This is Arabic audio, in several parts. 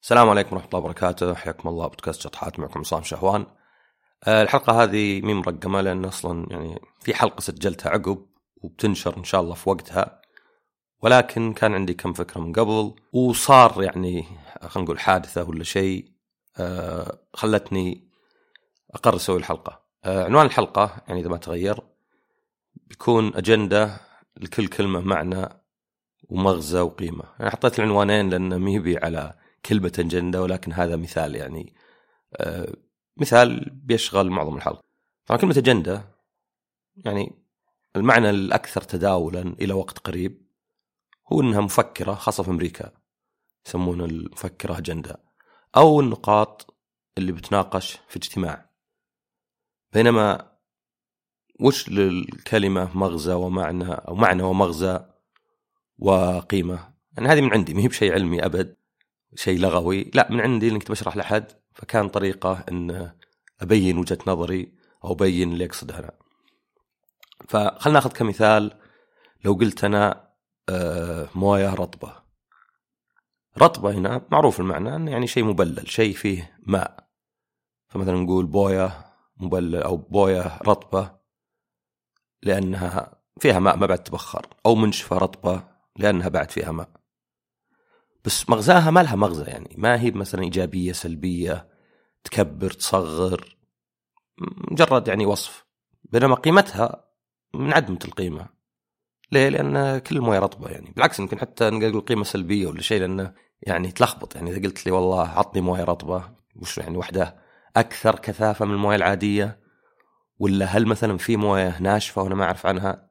السلام عليكم ورحمة الله وبركاته. حياكم الله بودكاست شطحات، معكم عصام شهوان. الحلقة هذه مي مرقمة لأن أصلا يعني في حلقة سجلتها عقب وبتنشر إن شاء الله في وقتها، ولكن كان عندي كم فكرة من قبل وصار يعني خلينا نقول حادثة ولا شيء خلتني أقرر أسوي الحلقة. عنوان الحلقة يعني إذا ما تغير بيكون أجندة لكل كلمة معنى ومغزى وقيمة. أنا حطيت العنوانين لأن ميبي على كلمة أجندة، ولكن هذا مثال يعني مثال بيشغل معظم الحلقة. طبعا كلمة أجندة يعني المعنى الأكثر تداولا إلى وقت قريب هو أنها مفكرة، خاصة في أمريكا يسمون المفكرة أجندة، أو النقاط اللي بتناقش في اجتماع. بينما وش للكلمة مغزى ومعنى، أو معنى ومغزى وقيمة، يعني هذه من عندي، ما هي بشيء علمي أبد، شيء لغوي، لا، من عندي اللي كنت بشرح لحد، فكان طريقة أن أبين وجهة نظري أو أبين اللي أقصده أنا. فخلنا نأخذ كمثال، لو قلت أنا موية رطبة. رطبة هنا معروف المعنى أنه يعني شيء مبلل، شيء فيه ماء. فمثلا نقول بوية مبلل أو بوية رطبة لأنها فيها ماء ما بعد تبخر، أو منشفة رطبة لأنها بعد فيها ماء. بس مغزاها ما لها مغزى، يعني ما هي مثلا إيجابية سلبية تكبر تصغر، مجرد يعني وصف. بينما قيمتها من عدمة القيمة. ليه؟ لأن كل موية رطبة، يعني بالعكس يمكن حتى نقول قيمة سلبية ولا شيء، لأنه يعني تلخبط. يعني إذا قلت لي والله عطني موية رطبة، وش يعني وحدة أكثر كثافة من الموية العادية، ولا هل مثلا في موية ناشفة وأنا ما أعرف عنها؟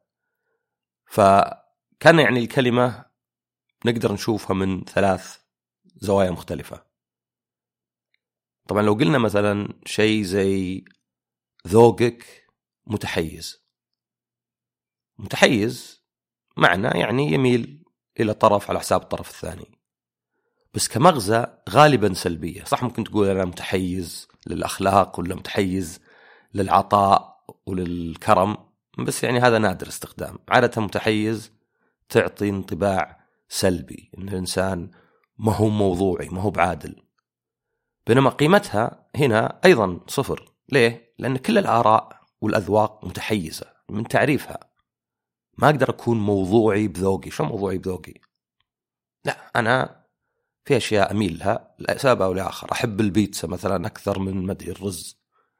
فكان يعني الكلمة نقدر نشوفها من 3 زوايا مختلفة. طبعا لو قلنا مثلا شيء زي ذوقك متحيز معنى يعني يميل إلى طرف على حساب الطرف الثاني، بس كمغزى غالبا سلبية. صح، ممكن تقول أنا متحيز للأخلاق ولا متحيز للعطاء وللكرم، بس يعني هذا نادر استخدام. عادة متحيز تعطي انطباع سلبي، إن الإنسان ما هو موضوعي، ما هو بعادل. بينما قيمتها هنا أيضا 0. ليه؟ لأن كل الآراء والأذواق متحيزة من تعريفها. ما أقدر أكون موضوعي بذوقي. شو موضوعي بذوقي؟ لا، أنا في أشياء أميل لها لسبب أو لآخر. أحب البيتزا مثلا أكثر من مدري الرز،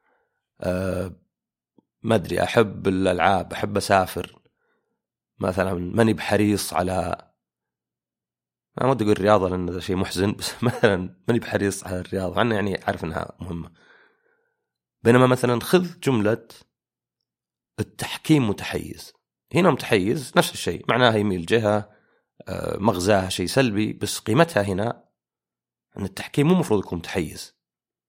مدري أحب الألعاب، أحب أسافر مثلا، ماني بحريص على، ما ودي أقول الرياضة لأن هذا شيء محزن، بس مثلا ماني بحريص على الرياضة عنه، يعني عارف أنها مهمة. بينما مثلا خذ جملة التحكيم متحيز. هنا متحيز نفس الشيء، معناها يميل جهة، مغزاها شيء سلبي، بس قيمتها هنا أن التحكيم مو مفروض يكون متحيز.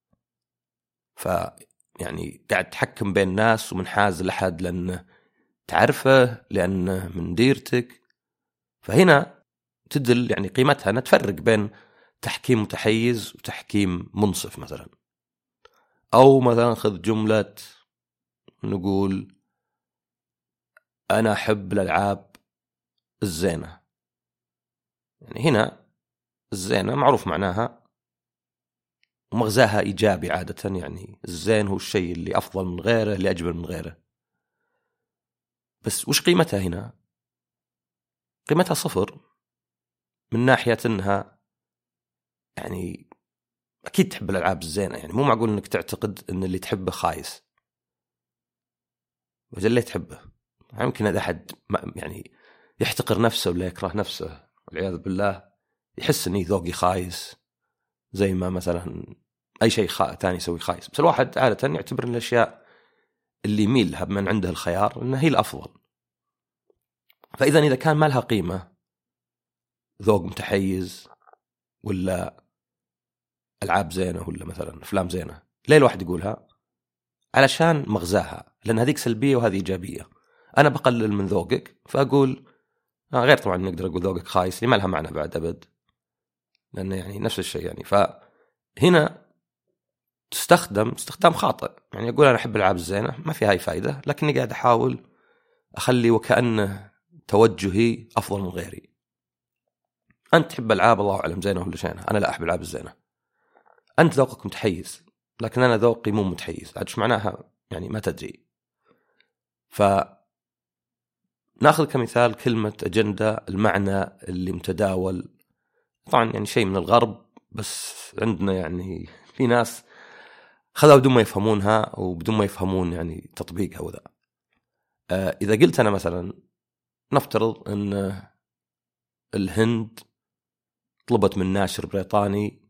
يعني قاعد تحكم بين الناس ومنحاز لحد لأنه تعرفه، لأنه من ديرتك. فهنا تدل يعني قيمتها أن تفرق بين تحكيم متحيز وتحكيم منصف مثلا. أو مثلا خذ جملة نقول أنا أحب الألعاب الزينة. يعني هنا الزينة معروف معناها ومغزاها إيجابي عادة، يعني الزين هو الشيء اللي أفضل من غيره، اللي أجمل من غيره. بس وش قيمتها هنا؟ قيمتها 0 من ناحية أنها يعني أكيد تحب الألعاب الزينة. يعني مو معقول أنك تعتقد أن اللي تحبه خايس، وجل اللي تحبه. يمكن هذا أحد يعني يحتقر نفسه ولا يكره نفسه والعياذ بالله، يحس أني ذوقي خايس، زي ما مثلا أي شيء ثاني يسوي خايس. بس الواحد عادة يعتبر أن الأشياء اللي يميل لها من عنده الخيار أنها هي الأفضل. فإذا إذا كان ما لها قيمة، ذوق متحيز ولا ألعاب زينة ولا مثلا أفلام زينة، ليه الواحد يقولها؟ علشان مغزاها، لأن هذيك سلبية وهذه إيجابية. أنا بقلل من ذوقك فأقول غير، طبعا نقدر أقول ذوقك خايس اللي ما لها معنى بعد أبد، لأنه يعني نفس الشيء. يعني فهنا تستخدم استخدام خاطئ. يعني أقول أنا أحب الألعاب الزينة، ما فيها أي فائدة، لكني قاعد أحاول أخلي وكأنه توجهي أفضل من غيري. أنت تحب ألعاب الله أعلم زينة ولا شينة، أنا لا أحب الألعاب الزينة. أنت ذوقك متحيز لكن أنا ذوقي مو متحيز، عاد شو معناها؟ يعني ما تدري. فناخذ كمثال كلمة أجندة، المعنى اللي متداول طبعا يعني شيء من الغرب، بس عندنا يعني في ناس خذها بدون ما يفهمونها وبدون ما يفهمون يعني تطبيقها وذا. إذا قلت أنا مثلا نفترض أن الهند طلبت من ناشر بريطاني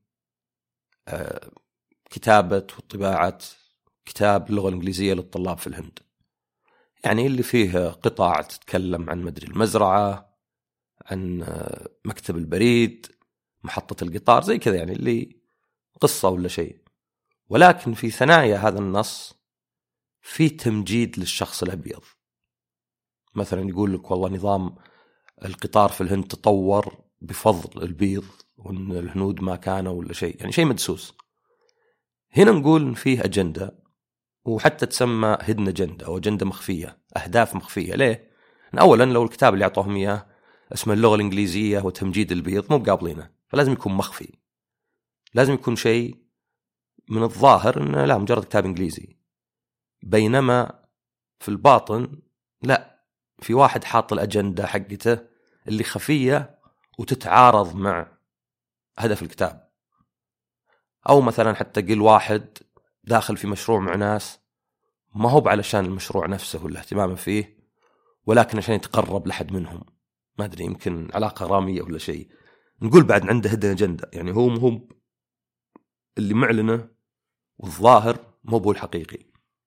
كتابة وطباعة كتاب اللغة الإنجليزية للطلاب في الهند، يعني اللي فيه قطع تتكلم عن مدري المزرعة، عن مكتب البريد، محطة القطار، زي كذا، يعني اللي قصة ولا شيء. ولكن في ثنايا هذا النص في تمجيد للشخص الأبيض، مثلا يقول لك والله نظام القطار في الهند تطور بفضل البيض وأن الهنود ما كانوا ولا شيء، يعني شيء مدسوس. هنا نقول إن فيه أجندة، وحتى تسمى هيدن أجندة أو أجندة مخفية، أهداف مخفية. ليه؟ أولا لو الكتاب اللي أعطوهم إياه اسمه اللغة الإنجليزية وتمجيد البيض مو بقابلينه، فلازم يكون مخفي، لازم يكون شيء من الظاهر إنه لا مجرد كتاب إنجليزي، بينما في الباطن لا، في واحد حاط الأجندة حقته اللي خفية وتتعارض مع هدف الكتاب. أو مثلا حتى قل واحد داخل في مشروع مع ناس ما هو علشان المشروع نفسه ولا اهتمامه فيه، ولكن عشان يتقرب لحد منهم، ما أدري يمكن علاقة رامية ولا شيء، نقول بعد عنده هدن أجندة، يعني هو اللي معلنه والظاهر مو هو الحقيقي.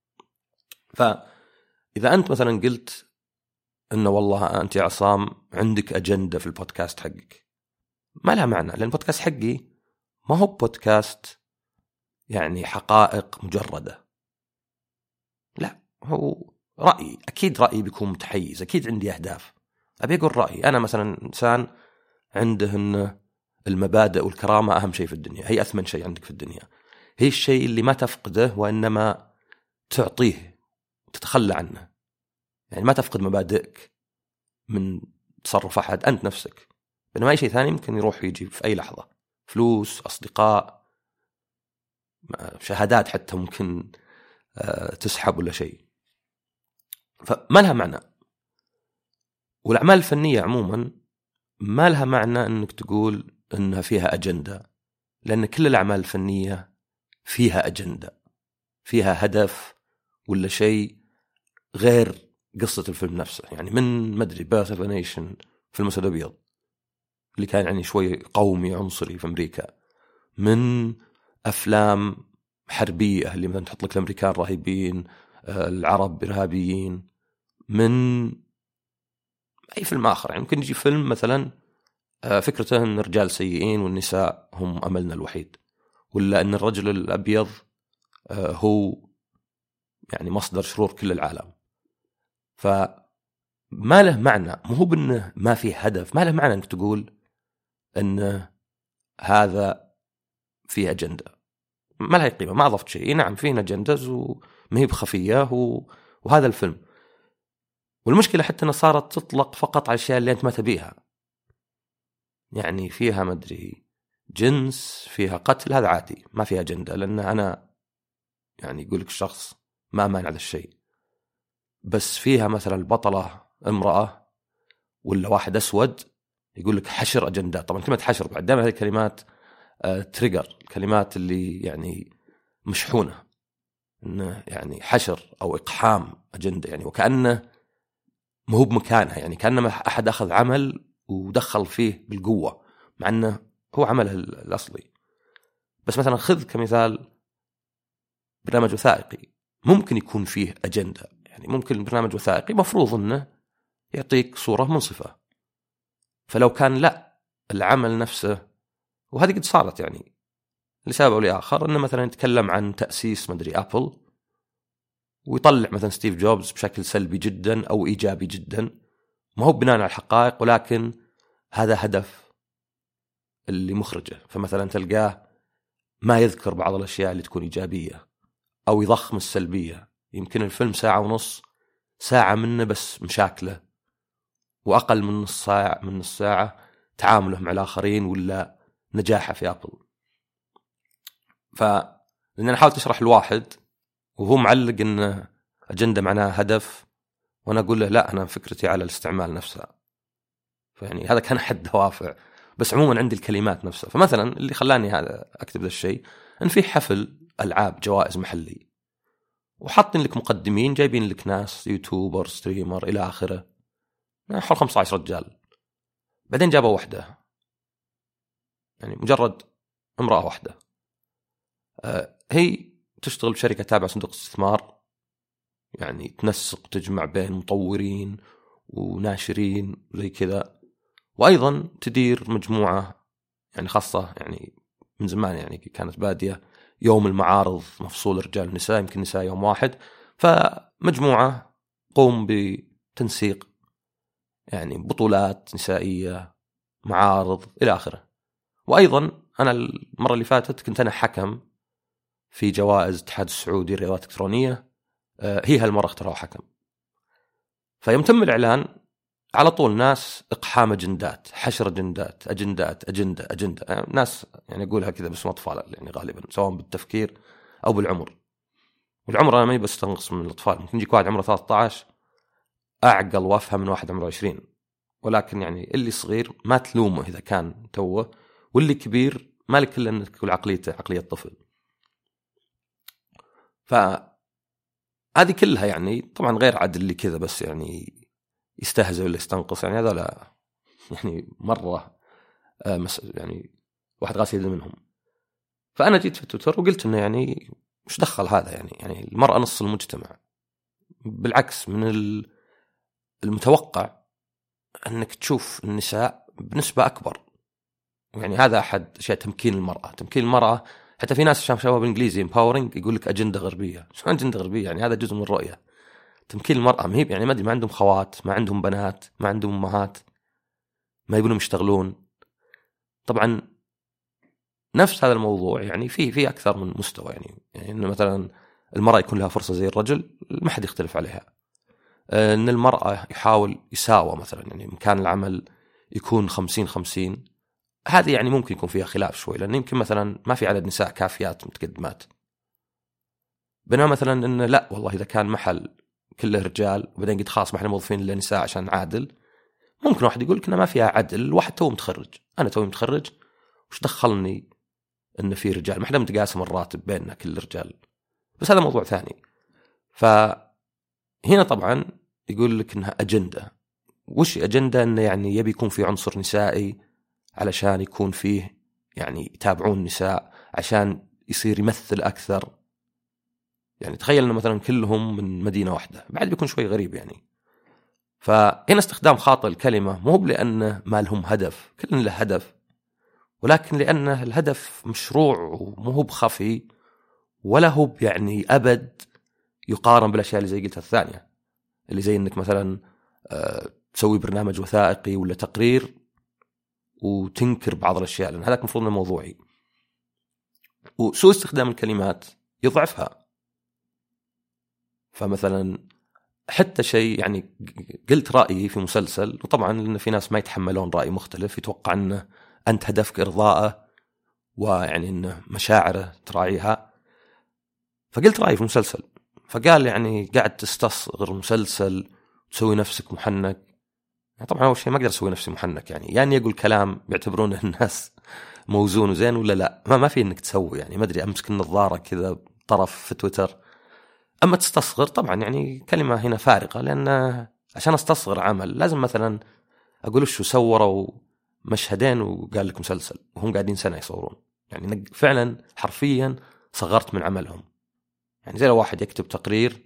فإذا أنت مثلا قلت إنه والله أنت يا عصام عندك أجندة في البودكاست حقك، ما لها معنى، لأن البودكاست حقي ما هو بودكاست يعني حقائق مجردة، لا، هو رأيي. أكيد رأيي بيكون متحيز، أكيد عندي أهداف أبي أقول رأيي. أنا مثلا إنسان عنده إن المبادئ والكرامة أهم شيء في الدنيا، هي أثمن شيء عندك في الدنيا، هي الشيء اللي ما تفقده وإنما تعطيه تتخلى عنه. يعني ما تفقد مبادئك من تصرف أحد، أنت نفسك، بينما أي شيء ثاني ممكن يروح يجي في أي لحظة، فلوس، أصدقاء، شهادات حتى ممكن تسحب ولا شيء، فما لها معنى. والأعمال الفنية عموما ما لها معنى أنك تقول أنها فيها أجندة، لأن كل الأعمال الفنية فيها أجندة، فيها هدف ولا شيء غير قصة الفيلم نفسه. يعني من مدري Birth of a Nation، فيلم أسود أبيض اللي كان يعني شوي قومي عنصري في أمريكا، من أفلام حربية اللي مثلا تحط لك الأمريكان رهيبين، العرب إرهابيين، من أي فيلم آخر. يعني ممكن يجي فيلم مثلا فكرته أن الرجال سيئين والنساء هم أملنا الوحيد، ولا أن الرجل الأبيض هو يعني مصدر شرور كل العالم. فما له معنى، مو بأنه ما فيه هدف، ما له معنى أنك تقول أن هذا فيه أجندة، ما لها قيمة، ما أضفت شيء. نعم فيه أجندز وما هي بخفية، وهذا الفيلم. والمشكلة حتى أنها صارت تطلق فقط على الأشياء اللي أنت ما تبيها، يعني فيها مدري جنس، فيها قتل، هذا عادي ما فيها أجندة، لأن أنا يعني يقولك الشخص ما مانع هذا الشيء. بس فيها مثلا البطلة امرأة ولا واحد أسود، يقولك حشر أجندات. طبعا كلمة حشر بعد دائما هذه الكلمات تريجر، الكلمات اللي يعني مشحونة، إنه يعني حشر أو إقحام أجندة، يعني وكأنه مو بمكانها، يعني كأنما أحد أخذ عمل ودخل فيه بالقوة مع أنه هو عمله الأصلي. بس مثلا خذ كمثال برنامج وثائقي، ممكن يكون فيه أجندة، يعني ممكن البرنامج وثائقي مفروض أنه يعطيك صورة منصفة، فلو كان لا، العمل نفسه، وهذه قد صارت يعني لسبب أو لآخر، أنه مثلا يتكلم عن تأسيس مدري أبل ويطلع مثلا ستيف جوبز بشكل سلبي جدا أو إيجابي جدا، ما هو بناء على الحقائق، ولكن هذا هدف اللي مخرجه. فمثلا تلقاه ما يذكر بعض الأشياء اللي تكون إيجابية أو يضخم السلبية. يمكن الفيلم ساعة ونص، ساعة منه بس مشاكله، وأقل من نص ساعة تعامله مع الآخرين ولا نجاحه في أبل. لأن أحاول تشرح الواحد وهو معلق إن أجندة معناها هدف، وأنا أقول له لا، أنا فكرتي على الاستعمال نفسها. فيعني هذا كان أحد دوافع، بس عموما عندي الكلمات نفسها. فمثلا اللي خلاني هذا أكتب ذا الشيء أن في حفل ألعاب جوائز محلي، وحاطين لك مقدمين، جايبين لك ناس يوتيوبر ستريمر إلى آخره، حول 15 رجال. بعدين جابوا واحدة، يعني مجرد امرأة واحدة، هي تشتغل بشركة تابعة صندوق استثمار، يعني تنسق تجمع بين مطورين وناشرين زي كذا، وأيضا تدير مجموعة يعني خاصة، يعني من زمان يعني كانت بادية يوم المعارض مفصول رجال ونساء، يمكن نساء يوم واحد، فمجموعة قوم بتنسيق يعني بطولات نسائية، معارض إلى آخره. وأيضا أنا المرة اللي فاتت كنت أنا حكم في جوائز الاتحاد السعودي للرياضات الإلكترونية، هي هالمرة اختاروا حكم. فيوم تم الإعلان على طول ناس إقحام أجندات، حشر أجندات، أجندة ناس يعني أقولها كذا باسم أطفال، يعني غالبا سواء بالتفكير أو بالعمر. والعمر أنا ما بستنقص من الأطفال، ممكن يجيك واحد عمره 13 أعقل وأفهم من واحد عمره 20، ولكن يعني اللي صغير ما تلومه إذا كان توه، واللي كبير مالك إلا أنك تكون عقليته عقلية طفل. فهذه كلها يعني طبعا غير عاد اللي كذا بس يعني يستهزئ ولا يستنقص، يعني هذا لا يعني مرة يعني واحد غاسي يد منهم. فأنا جيت في تويتر وقلت إنه يعني مش دخل هذا، يعني المرأة نص المجتمع، بالعكس من المتوقع أنك تشوف النساء بنسبة أكبر. يعني هذا أحد أشياء تمكين المرأة. تمكين المرأة حتى في ناس شافوها بالإنجليزي empowering يقول لك أجندة غربية. شو أجندة غربية؟ يعني هذا جزء من الرؤية. تمكين المرأة ما هي يعني ما أدري، ما عندهم خوات، ما عندهم بنات، ما عندهم أمهات، ما يبونهم يشتغلون. طبعا نفس هذا الموضوع يعني في أكثر من مستوى، يعني إنه مثلا المرأة يكون لها فرصة زي الرجل ما حد يختلف عليها. إن المرأة يحاول يساوى مثلا، يعني مكان العمل يكون 50-50، هذه يعني ممكن يكون فيها خلاف شوي، لأن يمكن مثلا ما في عدد نساء كافيات متقدمات. بينما مثلا إن لا والله إذا كان محل كله رجال وبعدين قد خاص محل موظفين إلا نساء عشان عادل، ممكن واحد يقول كنا ما فيها عدل. واحد توه متخرج، أنا توي متخرج، وش دخلني إن في رجال؟ ما حدا متقاسم الراتب بيننا كل رجال، بس هذا موضوع ثاني. فهنا طبعا يقول لك إنها أجندة. وش أجندة؟ إنه يعني يبي يكون في عنصر نسائي علشان يكون فيه يعني يتابعون النساء عشان يصير يمثل أكثر. يعني تخيل إنه مثلا كلهم من مدينة واحدة، بعد بيكون شوي غريب يعني. فهنا استخدام خاطئ الكلمة مو لأن ما لهم هدف، كلنا له هدف، ولكن لأن الهدف مشروع ومو هو بخفي ولا هو يعني أبد يقارن بالأشياء اللي زي قلتها الثانية، اللي زي إنك مثلا تسوي برنامج وثائقي ولا تقرير وتنكر بعض الأشياء، لأن هذاك مفروض أنه موضوعي. وسوء استخدام الكلمات يضعفها. فمثلا حتى شيء يعني قلت رأيي في مسلسل، وطبعا لأن في ناس ما يتحملون رأي مختلف، يتوقع أنه أنت هدفك إرضاءه ويعني أنه مشاعره تراعيها. فقلت رأيي في مسلسل، فقال يعني قاعد تستصغر المسلسل تسوي نفسك محنك. يعني طبعا أول شيء ما أقدر أسوي نفسي محنك، يعني يقول كلام بيعتبرونه الناس موزون وزين ولا لا، ما في إنك تسوي يعني ما أدري أمسك النظارة كذا طرف في تويتر. أما تستصغر طبعا يعني كلمة هنا فارقة، لأن عشان استصغر عمل لازم مثلا أقول شو صوروا مشهدين وقال لك مسلسل وهم قاعدين سنة يصورون، يعني فعلا حرفيا صغرت من عملهم. يعني زي لو واحد يكتب تقرير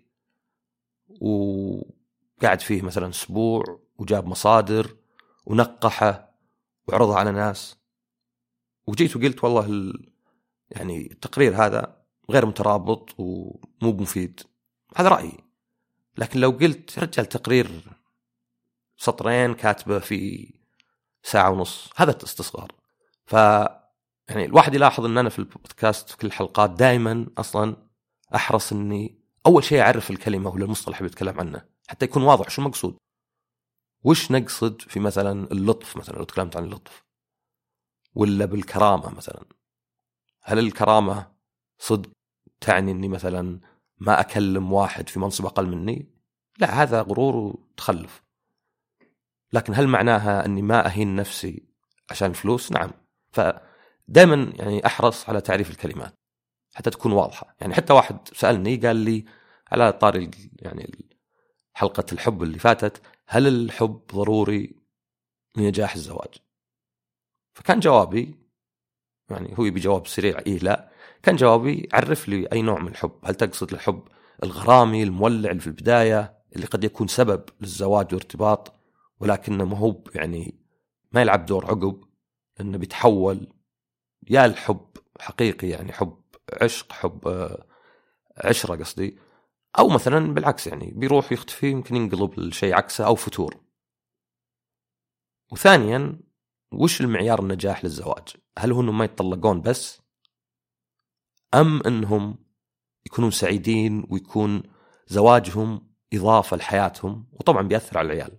وقاعد فيه مثلا أسبوع وجاب مصادر ونقحه وعرضها على ناس، وجيت وقلت والله يعني التقرير هذا غير مترابط ومو مفيد، هذا رأيي. لكن لو قلت رجال تقرير سطرين كاتبه في ساعة ونص، هذا استصغار. يعني الواحد يلاحظ أن أنا في البودكاست في كل الحلقات دائما أصلا أحرص أني أول شيء أعرف الكلمة ولا المصطلح اللي بتكلم عنه حتى يكون واضح شو مقصود، وش نقصد في مثلا اللطف. مثلا لو تكلمت عن اللطف ولا بالكرامة مثلا، هل الكرامة صدق تعني أني مثلا ما أكلم واحد في منصب أقل مني؟ لا، هذا غرور وتخلف. لكن هل معناها أني ما أهين نفسي عشان الفلوس؟ نعم. فدائما يعني أحرص على تعريف الكلمات حتى تكون واضحة. يعني حتى واحد سألني قال لي على طاري يعني حلقة الحب اللي فاتت، هل الحب ضروري لنجاح الزواج؟ فكان جوابي، يعني هو بجواب سريع إيه لا، كان جوابي عرف لي أي نوع من الحب. هل تقصد الحب الغرامي المولع اللي في البداية اللي قد يكون سبب للزواج وارتباط، ولكنه ما هو يعني ما يلعب دور عقب، لأنه بيتحول يا الحب حقيقي، يعني حب عشق، حب عشرة قصدي، أو مثلا بالعكس يعني بيروح يختفي، يمكن ينقلب الشيء عكسه أو فتور. وثانيا، وش المعيار النجاح للزواج؟ هل هو أنهم ما يتطلقون بس، أم أنهم يكونون سعيدين ويكون زواجهم إضافة لحياتهم؟ وطبعا بيأثر على العيال.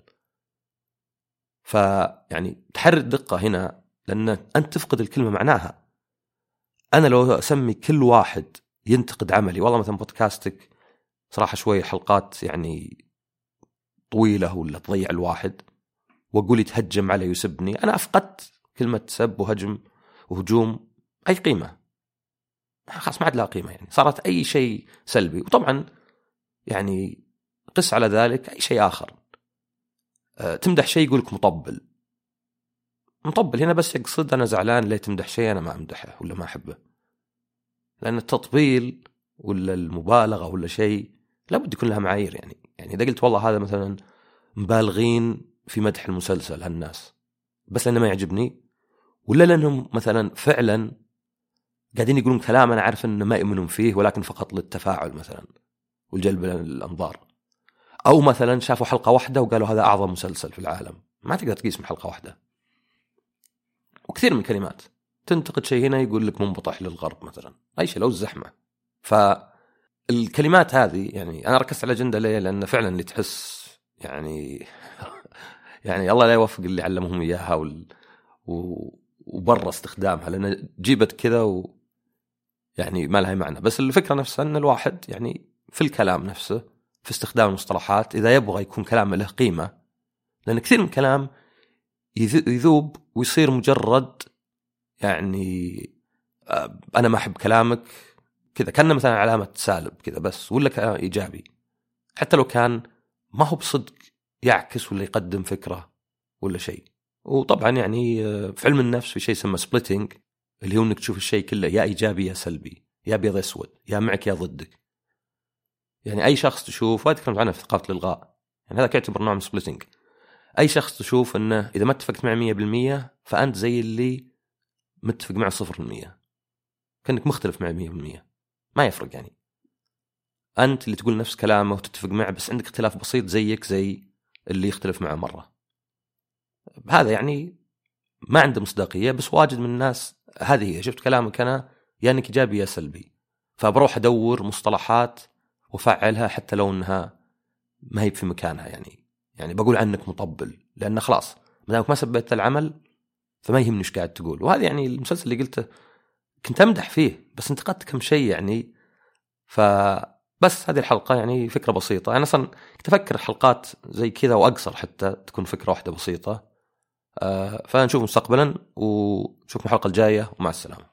فيعني تحرر الدقة هنا، لأن أنت تفقد الكلمة معناها. أنا لو أسمي كل واحد ينتقد عملي، والله مثلا بودكاستك صراحة شوي حلقات يعني طويلة ولا تضيع الواحد، وأقول يتهجم علي ويسبني، أنا أفقدت كلمة سب وهجم وهجوم أي قيمة، خلاص ما عاد لها قيمة، يعني صارت أي شيء سلبي. وطبعا يعني قس على ذلك أي شيء آخر، تمدح شيء يقولك مطبل هنا بس يقصد أنا زعلان ليه تمدح شيء أنا ما أمدحه ولا ما أحبه. لأن التطبيل ولا المبالغة ولا شيء لابد يكون لها معايير. يعني إذا قلت والله هذا مثلا مبالغين في مدح المسلسل هالناس بس لأنه ما يعجبني، ولا لأنهم مثلا فعلا قاعدين يقولون كلام أنا عارف أنه ما يؤمنون فيه ولكن فقط للتفاعل مثلا والجلب الأنظار، أو مثلا شافوا حلقة واحدة وقالوا هذا أعظم مسلسل في العالم. ما تقدر تقيس من حلقة واحدة. وكثير من الكلمات تنتقد شيء هنا يقول لك منبطح للغرب مثلا، أي شيء لو الزحمة. فالكلمات هذه يعني أنا ركزت على الأجندة ليه؟ لأن فعلا اللي تحس يعني يعني الله لا يوفق اللي علمهم إياها وبرا استخدامها، لأن جيبت كذا يعني ما لها معنى. بس الفكرة نفسها أن الواحد يعني في الكلام نفسه، في استخدام المصطلحات، إذا يبغى يكون كلامه له قيمة، لأن كثير من الكلام يذوب ويصير مجرد يعني أنا ما أحب كلامك كذا، كأنه مثلا علامة سالب كذا بس، ولا كلام إيجابي حتى لو كان ما هو بصدق يعكس ولا يقدم فكرة ولا شيء. وطبعا يعني في علم النفس في شيء يسمى سبليتنج، اللي هو انك تشوف الشيء كله يا ايجابي يا سلبي، يا ابيض اسود، يا معك يا ضدك. يعني اي شخص تشوف، وهذا تكلمت عنه في ثقافة الإلغاء، يعني هذا يعتبر نوع من سبليتنج. اي شخص تشوف انه اذا ما اتفقت معه 100% فانت زي اللي متفق معه 0%، كأنك مختلف معه 100%، ما يفرق. يعني انت اللي تقول نفس كلامه وتتفق معه بس عندك اختلاف بسيط زيك زي اللي يختلف معه مرة. هذا يعني ما عنده مصداقية، بس واجد من الناس هذه هي، شفت كلامك أنا يا أنك إيجابي يا سلبي، فبروح أدور مصطلحات وفعلها حتى لو أنها ما هي في مكانها. يعني بقول عنك مطبل لأن خلاص مدامك ما سبيت العمل فما يهمني إيش قاعد تقول. وهذا يعني المسلسل اللي قلته كنت أمدح فيه بس انتقدت كم شيء يعني. فبس هذه الحلقة يعني فكرة بسيطة. أنا أصلا كنت أفكر حلقات زي كذا وأقصر حتى تكون فكرة واحدة بسيطة. فنشوف مستقبلا، ونشوف الحلقة الجاية، ومع السلامة.